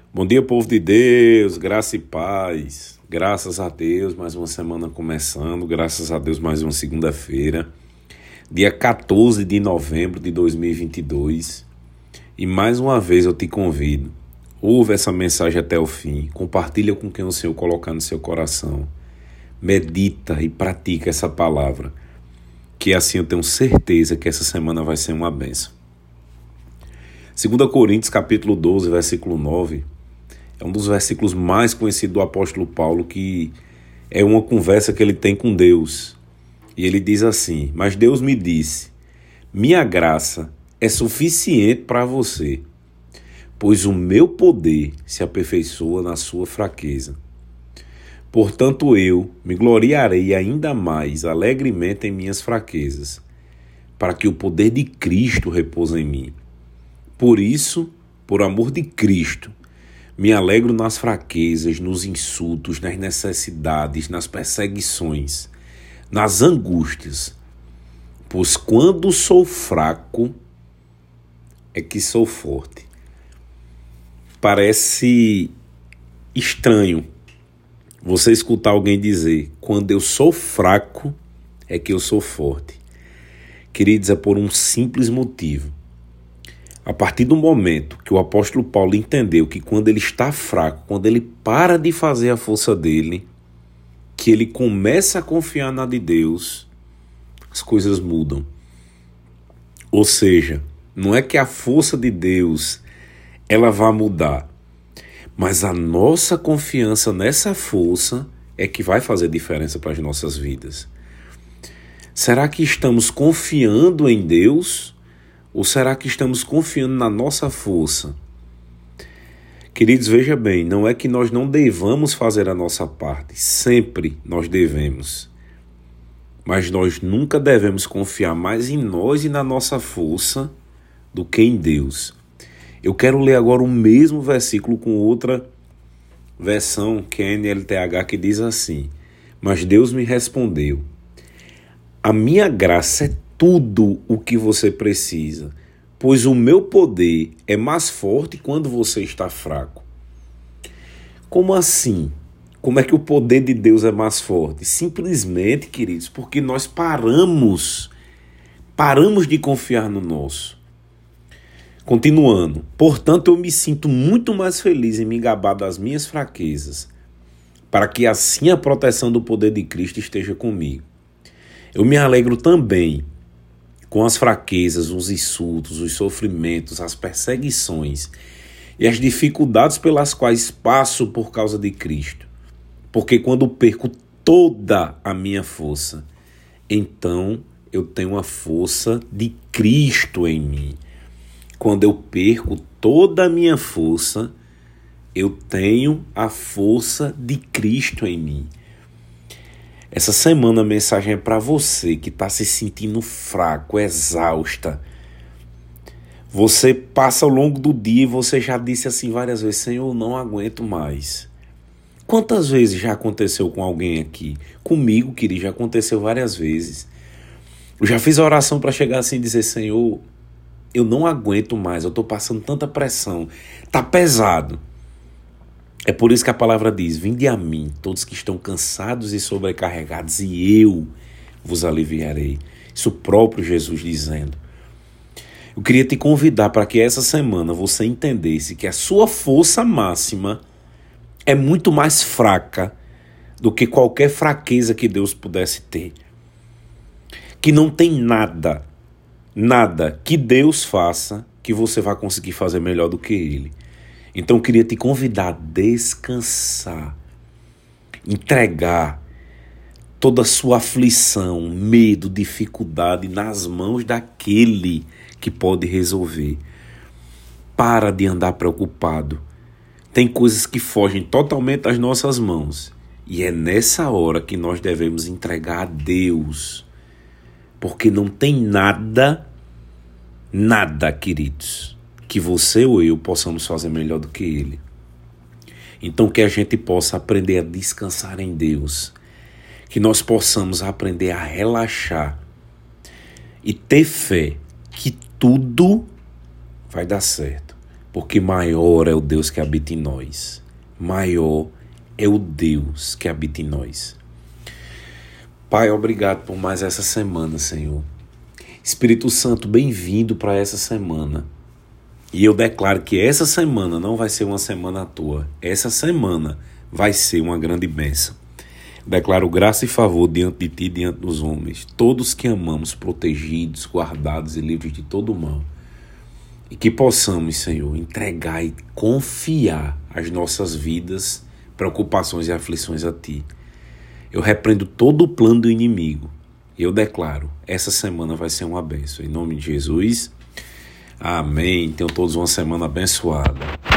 Bom dia, povo de Deus, graça e paz. Graças a Deus, mais uma semana começando, graças a Deus, mais uma segunda-feira, dia 14 de novembro de 2022. E mais uma vez eu te convido, ouve essa mensagem até o fim, compartilha com quem o Senhor colocar no seu coração, medita e pratica essa palavra, que assim eu tenho certeza que essa semana vai ser uma bênção. 2 Coríntios capítulo 12, versículo 9, é um dos versículos mais conhecidos do apóstolo Paulo, que é uma conversa que ele tem com Deus. E ele diz assim: mas Deus me disse, minha graça é suficiente para você, pois o meu poder se aperfeiçoa na sua fraqueza. Portanto eu me gloriarei ainda mais alegremente em minhas fraquezas, para que o poder de Cristo repouse em mim. Por isso, por amor de Cristo, me alegro nas fraquezas, nos insultos, nas necessidades, nas perseguições, nas angústias, pois quando sou fraco é que sou forte. Parece estranho você escutar alguém dizer, quando eu sou fraco é que eu sou forte. Queridos, é por um simples motivo. A partir do momento que o apóstolo Paulo entendeu que quando ele está fraco, quando ele para de fazer a força dele, que ele começa a confiar na de Deus, as coisas mudam. Ou seja, não é que a força de Deus ela vai mudar, mas a nossa confiança nessa força é que vai fazer diferença para as nossas vidas. Será que estamos confiando em Deus? Ou será que estamos confiando na nossa força? Queridos, veja bem, não é que nós não devamos fazer a nossa parte. Sempre nós devemos. Mas nós nunca devemos confiar mais em nós e na nossa força do que em Deus. Eu quero ler agora o mesmo versículo com outra versão, que é NLTH, que diz assim: mas Deus me respondeu, a minha graça é tudo o que você precisa, pois o meu poder é mais forte quando você está fraco. Como assim? Como é que o poder de Deus é mais forte? Simplesmente, queridos, porque nós paramos de confiar no nosso. Continuando, portanto eu me sinto muito mais feliz em me gabar das minhas fraquezas, para que assim a proteção do poder de Cristo esteja comigo. Eu me alegro também com as fraquezas, os insultos, os sofrimentos, as perseguições e as dificuldades pelas quais passo por causa de Cristo. Porque quando perco toda a minha força, então eu tenho a força de Cristo em mim. Quando eu perco toda a minha força, eu tenho a força de Cristo em mim. Essa semana a mensagem é para você que está se sentindo fraco, exausta. Você passa ao longo do dia e você já disse assim várias vezes, Senhor, eu não aguento mais. Quantas vezes já aconteceu com alguém aqui? Comigo, querido, já aconteceu várias vezes. Eu já fiz a oração para chegar assim e dizer, Senhor, eu não aguento mais, eu estou passando tanta pressão, está pesado. É por isso que a palavra diz, vinde a mim, todos que estão cansados e sobrecarregados, e eu vos aliviarei. Isso o próprio Jesus dizendo. Eu queria te convidar para que essa semana você entendesse que a sua força máxima é muito mais fraca do que qualquer fraqueza que Deus pudesse ter. Que não tem nada que Deus faça que você vai conseguir fazer melhor do que Ele. Então eu queria te convidar a descansar, entregar toda a sua aflição, medo, dificuldade nas mãos daquele que pode resolver. Para de andar preocupado. Tem coisas que fogem totalmente das nossas mãos e é nessa hora que nós devemos entregar a Deus, porque não tem nada, queridos, que você ou eu possamos fazer melhor do que Ele. Então que a gente possa aprender a descansar em Deus, que nós possamos aprender a relaxar e ter fé que tudo vai dar certo. porque maior é o Deus que habita em nós. Maior é o Deus que habita em nós. Pai, obrigado por mais essa semana, Senhor. Espírito Santo, bem-vindo para essa semana. E eu declaro que essa semana não vai ser uma semana à toa. Essa semana vai ser uma grande bênção. Declaro graça e favor diante de Ti e diante dos homens, todos que amamos, protegidos, guardados e livres de todo mal. E que possamos, Senhor, entregar e confiar as nossas vidas, preocupações e aflições a Ti. Eu repreendo todo o plano do inimigo. E eu declaro, essa semana vai ser uma bênção. Em nome de Jesus, amém. Tenham todos uma semana abençoada.